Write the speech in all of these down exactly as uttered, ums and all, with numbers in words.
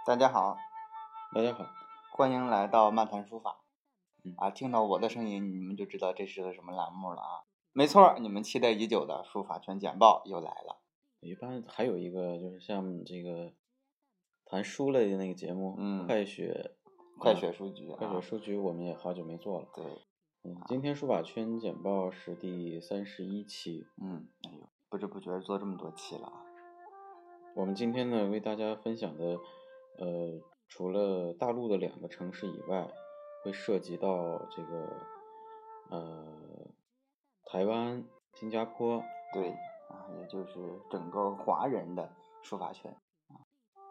大家好， 大家好， 欢迎来到漫谈书法。 嗯啊，听到我的声音，你们就知道这是个什么栏目了啊。没错，你们期待已久的书法圈简报又来了。 一般还有一个就是像这个谈书类的那个节目， 嗯快雪快雪书局啊， 快雪书局我们也好久没做了。 对， 嗯，今天书法圈简报是第三十一期。 嗯，哎呦，不知不觉做这么多期了啊。 我们今天呢为大家分享的，呃，除了大陆的两个城市以外，会涉及到这个呃台湾、新加坡。 对啊，也就是整个华人的书法圈啊。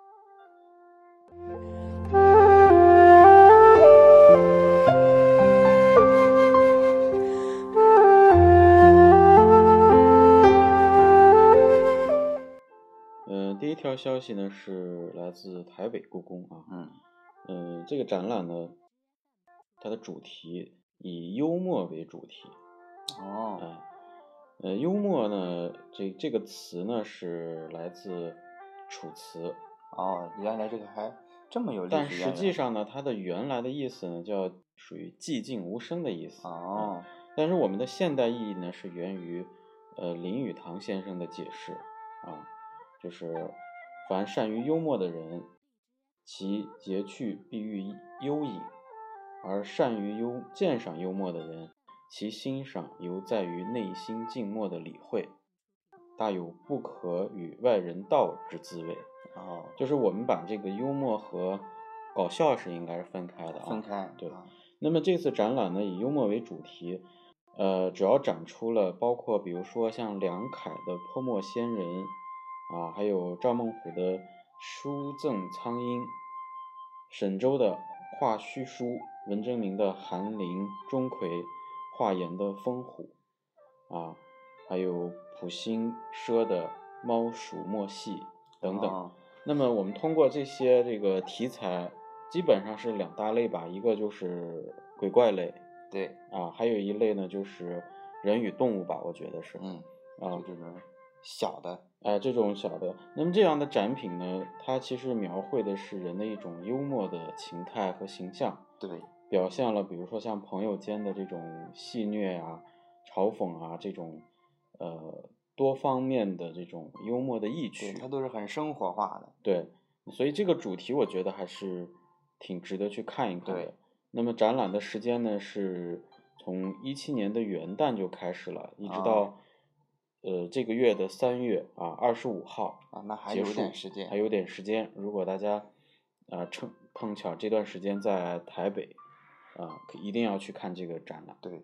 呃，第一条消息呢是来自台北故宫啊， 嗯嗯，这个展览呢，它的主题以幽默为主题。 哦， 啊，呃，幽默呢，这这个词呢是来自楚辞， 哦，原来这个还这么有历但实史渊源。 际上呢，它的原来的意思呢叫属于寂静无声的意思。 哦， 啊，但是我们的现代意义呢是源于呃林语堂先生的解释啊，就是凡善于幽默的人，其节趣必寓幽隐；而善于幽鉴赏幽默的人，其欣赏犹在于内心静默的理会，大有不可与外人道之滋味。 哦， 就是我们把这个幽默和搞笑是应该是分开的啊。 分开。 对。 啊， 那么这次展览呢，以幽默为主题，呃，主要展出了包括比如说像梁楷的《泼墨仙人》啊，还有赵孟頫的《书赠苍鹰》，沈周的画虚书，文征明的寒林钟馗，华严的风虎啊，还有普心奢的猫鼠墨戏等等。 哦， 那么我们通过这些这个题材，基本上是两大类吧，一个就是鬼怪类， 对， 啊，还有一类呢就是人与动物吧，我觉得是， 嗯， 啊， 就这种小的， 哎，这种小的。那么这样的展品呢，它其实描绘的是人的一种幽默的情态和形象， 对， 表现了比如说像朋友间的这种戏谑啊、嘲讽啊这种，呃，多方面的这种幽默的意对， 趣。 它都是很生活化的。 对，所以这个主题我觉得还是挺值得去看一看对的。那么展览的时间呢，是从一七年的元旦就开始了，一直啊到呃这个月的三月啊二十五号啊，那还有结束， 点时间。 还有点时间。如果大家啊趁碰巧这段时间在台北啊，可一定要去看这个展览。 对。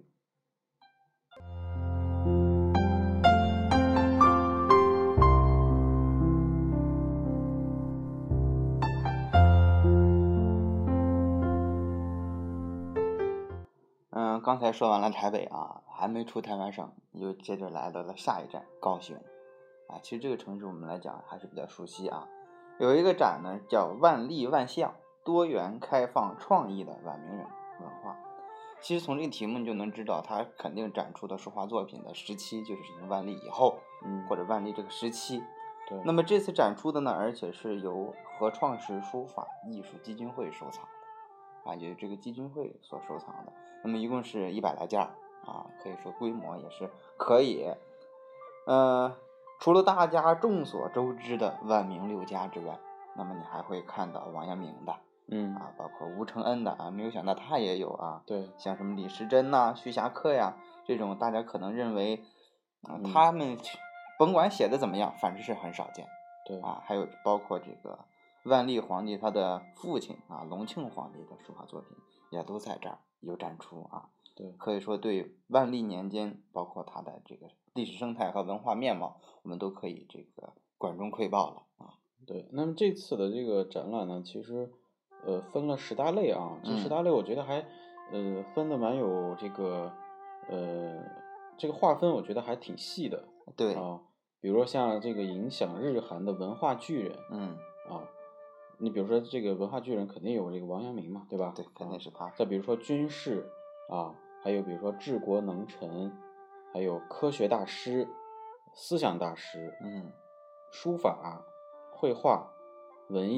嗯，刚才说完了台北啊，还没出台湾省，又接着来到了下一站高雄。啊，其实这个城市我们来讲还是比较熟悉啊。有一个展呢，叫“万历万象：多元、开放、创意的晚明人文化”。其实从这个题目你就能知道，它肯定展出的书画作品的时期就是从万历以后， 嗯， 或者万历这个时期。 对。 那么这次展出的呢，而且是由合创式书法艺术基金会收藏的，啊，也是这个基金会所收藏的。那么一共是一百来件啊，可以说规模也是可以。呃，除了大家众所周知的万明六家之外，那么你还会看到王阳明的， 嗯啊，包括吴承恩的啊，没有想到他也有啊。 对， 像什么李时珍呐、徐霞客呀，这种大家可能认为，啊、 嗯他们甭管写的怎么样，反正是很少见。 对啊，还有包括这个万历皇帝他的父亲啊，隆庆皇帝的书法作品也都在这儿有展出啊。 对， 可以说对万历年间，包括它的这个历史生态和文化面貌，我们都可以这个管中窥豹了啊。 对，那么这次的这个展览呢，其实呃分了十大类啊，这十嗯大类我觉得还呃分的蛮有这个呃这个划分，我觉得还挺细的。 对， 啊，比如说像这个影响日韩的文化巨人嗯， 啊，你比如说这个文化巨人肯定有这个王阳明嘛，对吧？ 对，肯定是他。 啊再比如说军事啊，还有比如说治国能臣，还有科学大师、思想大师， 嗯， 书法、绘画、文艺、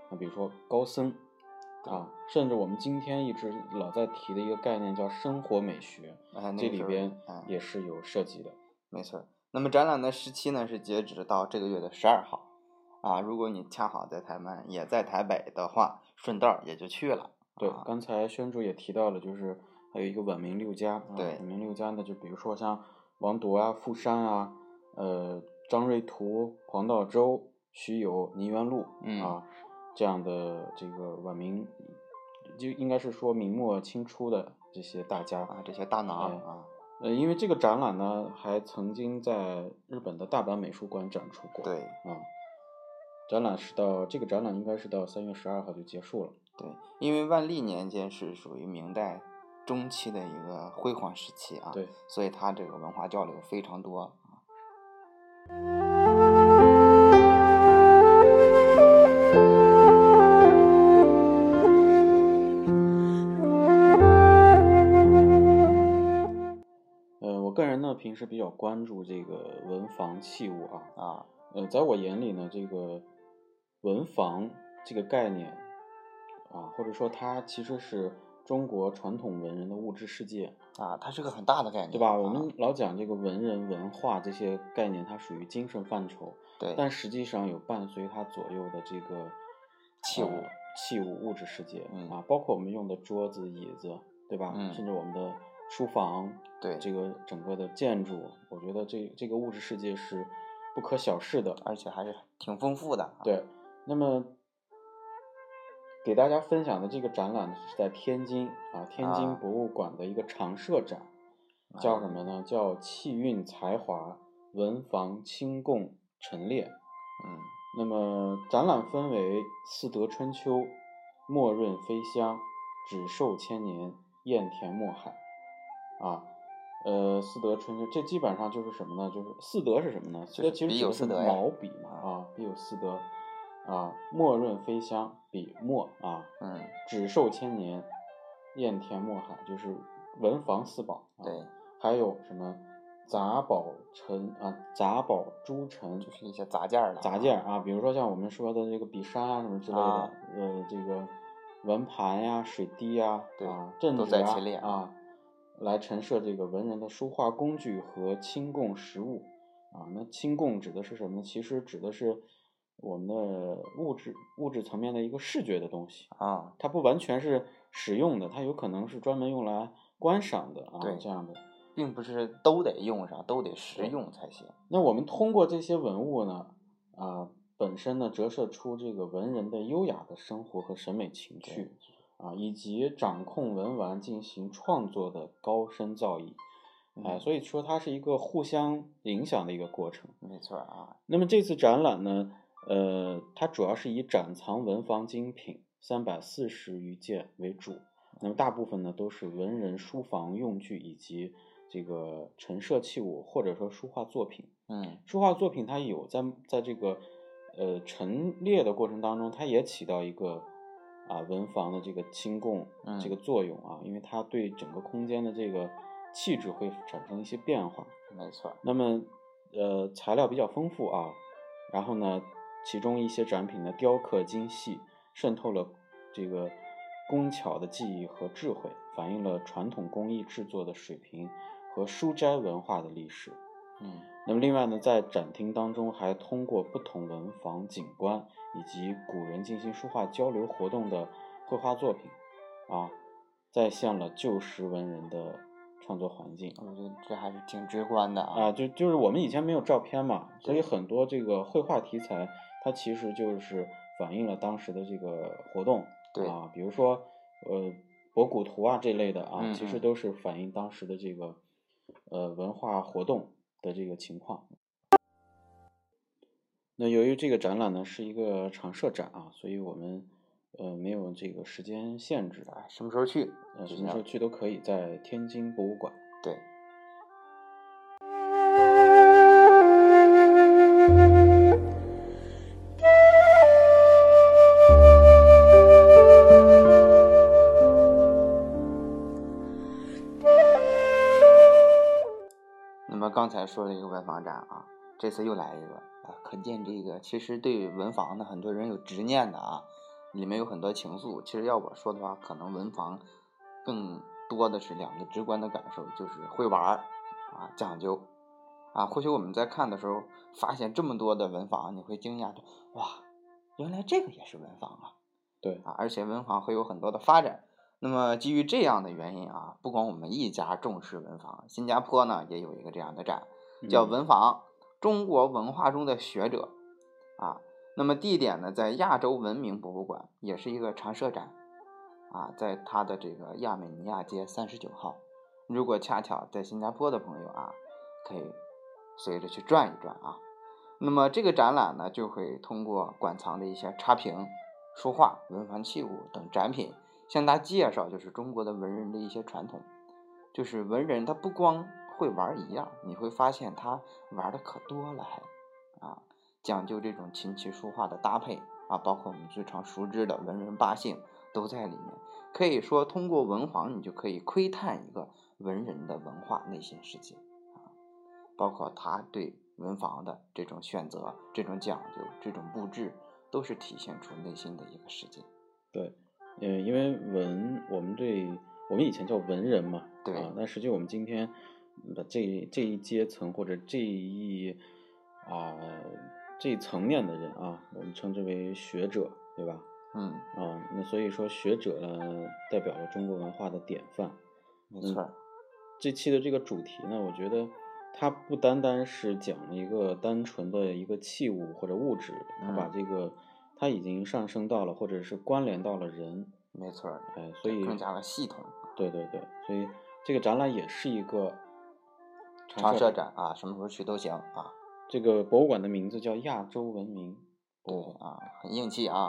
啊，比如说高僧啊，甚至我们今天一直老在提的一个概念叫生活美学， 啊、 这里边啊、 也是有涉及的。 没错。那么展览的时期呢是截止到这个月的十二号啊，如果你恰好在台湾也在台北的话，顺道也就去了。 对， 啊、 刚才宣主也提到了，就是还有一个晚明六家。 对， 晚明六家呢，就比如说像王铎啊、傅山啊、呃张瑞图、黄道周、徐有、倪元禄、 嗯、 啊这样的这个晚明，就应该是说明末清初的这些大家啊，这些大拿、 哎、 啊。 呃，因为这个展览呢，还曾经在日本的大阪美术馆展出过。 对啊，展览是到这个展览应该是到三月十二号就结束了。 对，因为万历年间是属于明代中期的一个辉煌时期啊， 对， 所以它这个文化交流非常多啊。 呃，我个人呢平时比较关注这个文房器物啊啊， 呃，在我眼里呢，这个文房这个概念啊，或者说它其实是中国传统文人的物质世界啊，它是个很大的概念， 对吧？ 啊、 我们老讲这个文人文化这些概念，它属于精神范畴， 对， 但实际上有伴随它左右的这个器物、 呃、器物物质世界、 嗯、 啊，包括我们用的桌子、椅子，对吧？ 嗯、 甚至我们的书房， 对， 这个整个的建筑，我觉得这这个物质世界是不可小视的， 而且还是挺丰富的、啊。 对，那么给大家分享的这个展览呢，是在天津啊，天津博物馆的一个常设展， 啊、 叫什么呢？叫气韵才华文房清供陈列。 嗯， 那么展览分为四德春秋、墨润飞香、纸寿千年、砚填墨海啊。呃，四德春秋，这基本上就是什么呢？就是四德是什么呢？四德其实指的是毛笔嘛，啊，笔有四德啊，墨润飞香，笔墨啊， 嗯， 纸寿千年，砚填墨海，就是文房四宝。啊、 对， 还有什么杂宝陈啊，杂宝诸陈， 就是一些杂件儿的杂件啊，比如说像我们说的这个笔山啊什么之类的， 啊、 呃，这个文盘呀、水滴呀、 对啊、镇纸啊啊。来陈设这个文人的书画工具和清供实物啊，那清供指的是什么呢？其实指的是我们的物质物质层面的一个视觉的东西啊， 它不完全是实用的，它有可能是专门用来观赏的啊， 对， 这样的， 并不是都得用上，都得实用才行。 那我们通过这些文物呢，啊，本身呢折射出这个文人的优雅的生活和审美情趣。啊，以及掌控文玩进行创作的高深造诣，啊，所以说它是一个互相影响的一个过程。 没错啊。 那么这次展览呢，呃，它主要是以展藏文房精品三百四十余件为主，那么大部分呢都是文人书房用具以及这个陈设器物或者说书画作品。 嗯， 书画作品它有在在这个呃陈列的过程当中，它也起到一个。啊，文房的这个清供这个作用啊， 嗯、 因为它对整个空间的这个气质会产生一些变化。 没错。 那么，呃，材料比较丰富啊，然后呢，其中一些展品呢雕刻精细，渗透了这个工巧的技艺和智慧，反映了传统工艺制作的水平和书斋文化的历史。 嗯， 那么另外呢，在展厅当中还通过不同文房景观以及古人进行书画交流活动的绘画作品，啊，再现了旧时文人的创作环境。 我觉得这还是挺直观的啊。 啊，就就是我们以前没有照片嘛，所以很多这个绘画题材，它其实就是反映了当时的这个活动。 对啊，比如说呃博古图啊这类的啊， 嗯嗯其实都是反映当时的这个呃文化活动的这个情况。那由于这个展览呢是一个常设展啊，所以我们呃没有这个时间限制啊，什么时候去？ 呃，什么时候去都可以，在天津博物馆。 对。那么刚才说了一个文房展啊，这次又来一个啊，可见这个其实对文房呢很多人有执念的啊， 里面有很多情愫。其实要我说的话，可能文房更多的是两个直观的感受，就是会玩儿啊，讲究啊。或许我们在看的时候发现这么多的文房，你会惊讶的，哇，原来这个也是文房啊。 对啊，而且文房会有很多的发展。那么基于这样的原因啊，不光我们一家重视文房，新加坡呢也有一个这样的展，叫嗯文房、中国文化中的学者啊。那么地点呢在亚洲文明博物馆，也是一个常设展啊，在它的这个亚美尼亚街三十九号。如果恰巧在新加坡的朋友啊，可以随着去转一转啊。那么这个展览呢，就会通过馆藏的一些插屏、书画、文房器物等展品，向大家介绍就是中国的文人的一些传统。就是文人他不光会玩一样，你会发现他玩的可多了还啊，讲究这种琴棋书画的搭配啊，包括我们最常熟知的文人八姓都在里面。可以说通过文房你就可以窥探一个文人的文化内心世界啊，包括他对文房的这种选择、这种讲究、这种布置，都是体现出内心的一个世界。 对，嗯，因为文，我们对我们以前叫文人嘛， 对啊，那实际我们今天的这这一阶层或者这一啊这一层面的人啊，我们称之为学者，对吧？ 嗯， 啊，那所以说学者呢，代表了中国文化的典范。 没错。 嗯，这期的这个主题呢，我觉得它不单单是讲了一个单纯的一个器物或者物质，它把嗯这个它已经上升到了或者是关联到了人， 没错。 哎，所以更加的系统。 对对对，所以这个展览也是一个常设展啊，什么时候去都行啊。 这个博物馆的名字叫亚洲文明博物对馆。 啊，很硬气啊。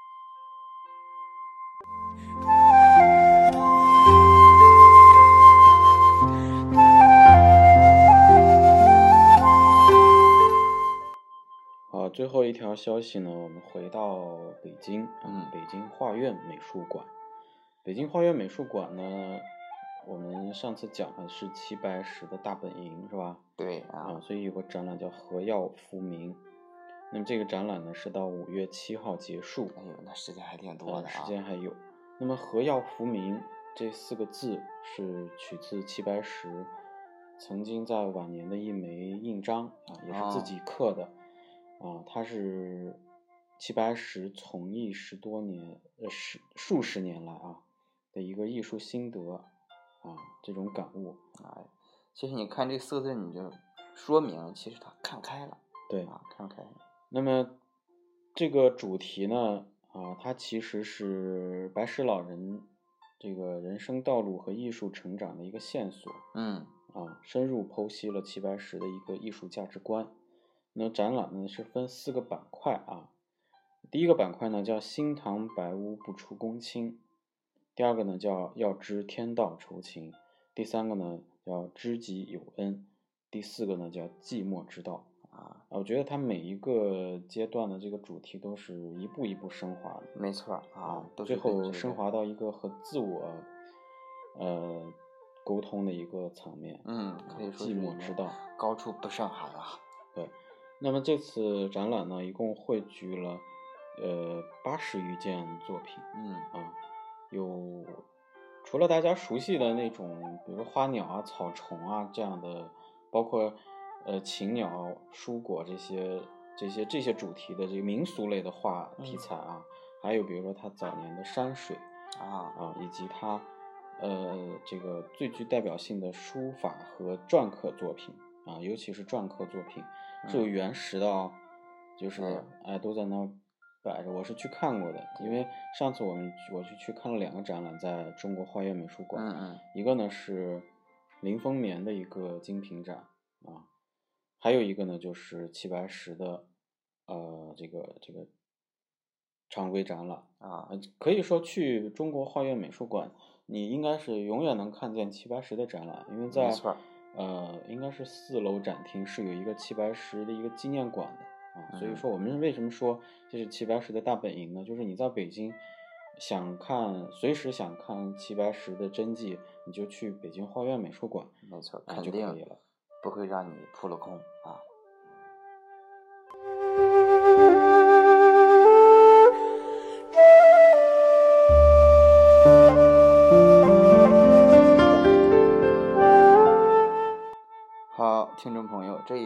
好，最后一条消息呢，我们回到北京， 嗯， 北京画院美术馆。北京画院美术馆呢，我们上次讲的是齐白石的大本营，是吧？ 对啊， 啊，所以有个展览叫和耀福明。那么这个展览呢是到五月七号结束。 哎呦，那时间还挺多的啊。 呃、时间还有。那么和耀福明这四个字是取自齐白石曾经在晚年的一枚印章啊，也是自己刻的。哦、啊，他是齐白石从艺十多年，呃，十数十年来啊的一个艺术心得啊，这种感悟。 哎，其实你看这四个字，你就说明其实他看开了。 对啊，看开了。 那么这个主题呢，啊，它其实是白石老人这个人生道路和艺术成长的一个线索。 嗯， 啊，深入剖析了齐白石的一个艺术价值观。那展览呢是分四个板块啊，第一个板块呢叫新唐白屋不出公卿，第二个呢叫要知天道酬勤，第三个呢叫知己有恩，第四个呢叫寂寞之道。啊，我觉得它每一个阶段的这个主题都是一步一步升华的。 没错啊， 啊， 都是最后根据升华到一个和自我呃沟通的一个层面。 嗯，可以说是寂寞之道， 高处不胜寒啊。 对，那么这次展览呢，一共汇聚了呃八十余件作品。 嗯啊，有除了大家熟悉的那种，比如说花鸟啊、草虫啊这样的，包括呃禽鸟、蔬果这些这些这些主题的这个民俗类的画题材啊，嗯、还有比如说他早年的山水啊啊，以及他呃这个最具代表性的书法和篆刻作品啊，尤其是篆刻作品是有原石的哦，就是嗯哎都在那儿摆着，我是去看过的，因为上次我们我去去看了两个展览，在中国画院美术馆， 嗯嗯， 一个呢是林风眠的一个精品展啊，还有一个呢就是齐白石的呃这个这个常规展览啊， 可以说去中国画院美术馆，你应该是永远能看见齐白石的展览，因为在没错呃应该是四楼展厅是有一个齐白石的一个纪念馆的。啊，所以说我们为什么说这是齐白石的大本营呢？就是你在北京想看，随时想看齐白石的真迹，你就去北京画院美术馆， 没错， 啊、 肯就可以定了， 不会让你扑了空啊。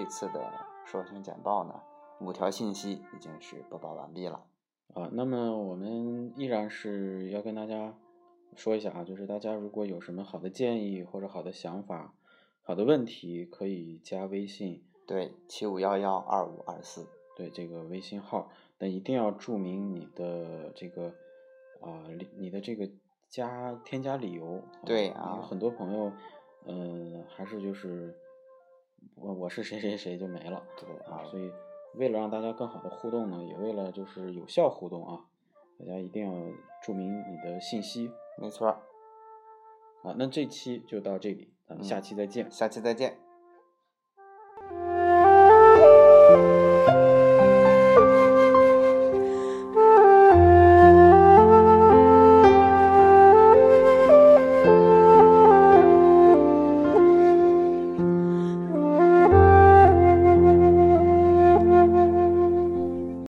次的授权简报呢，五条信息已经是播报完毕了。 啊，那么我们依然是要跟大家说一下啊，就是大家如果有什么好的建议或者好的想法、好的问题，可以加微信， 对，七五幺幺二五二四， 对这个微信号，但一定要注明你的这个啊、理你的这个加添加理由。 对啊，有啊， 很多朋友，嗯、还是就是我我是谁谁谁就没了。 对啊， 啊， 所以为了让大家更好的互动呢，也为了就是有效互动啊，大家一定要注明你的信息。 没错儿。 好，那这期就到这里，咱们下嗯期再见。 下期再见。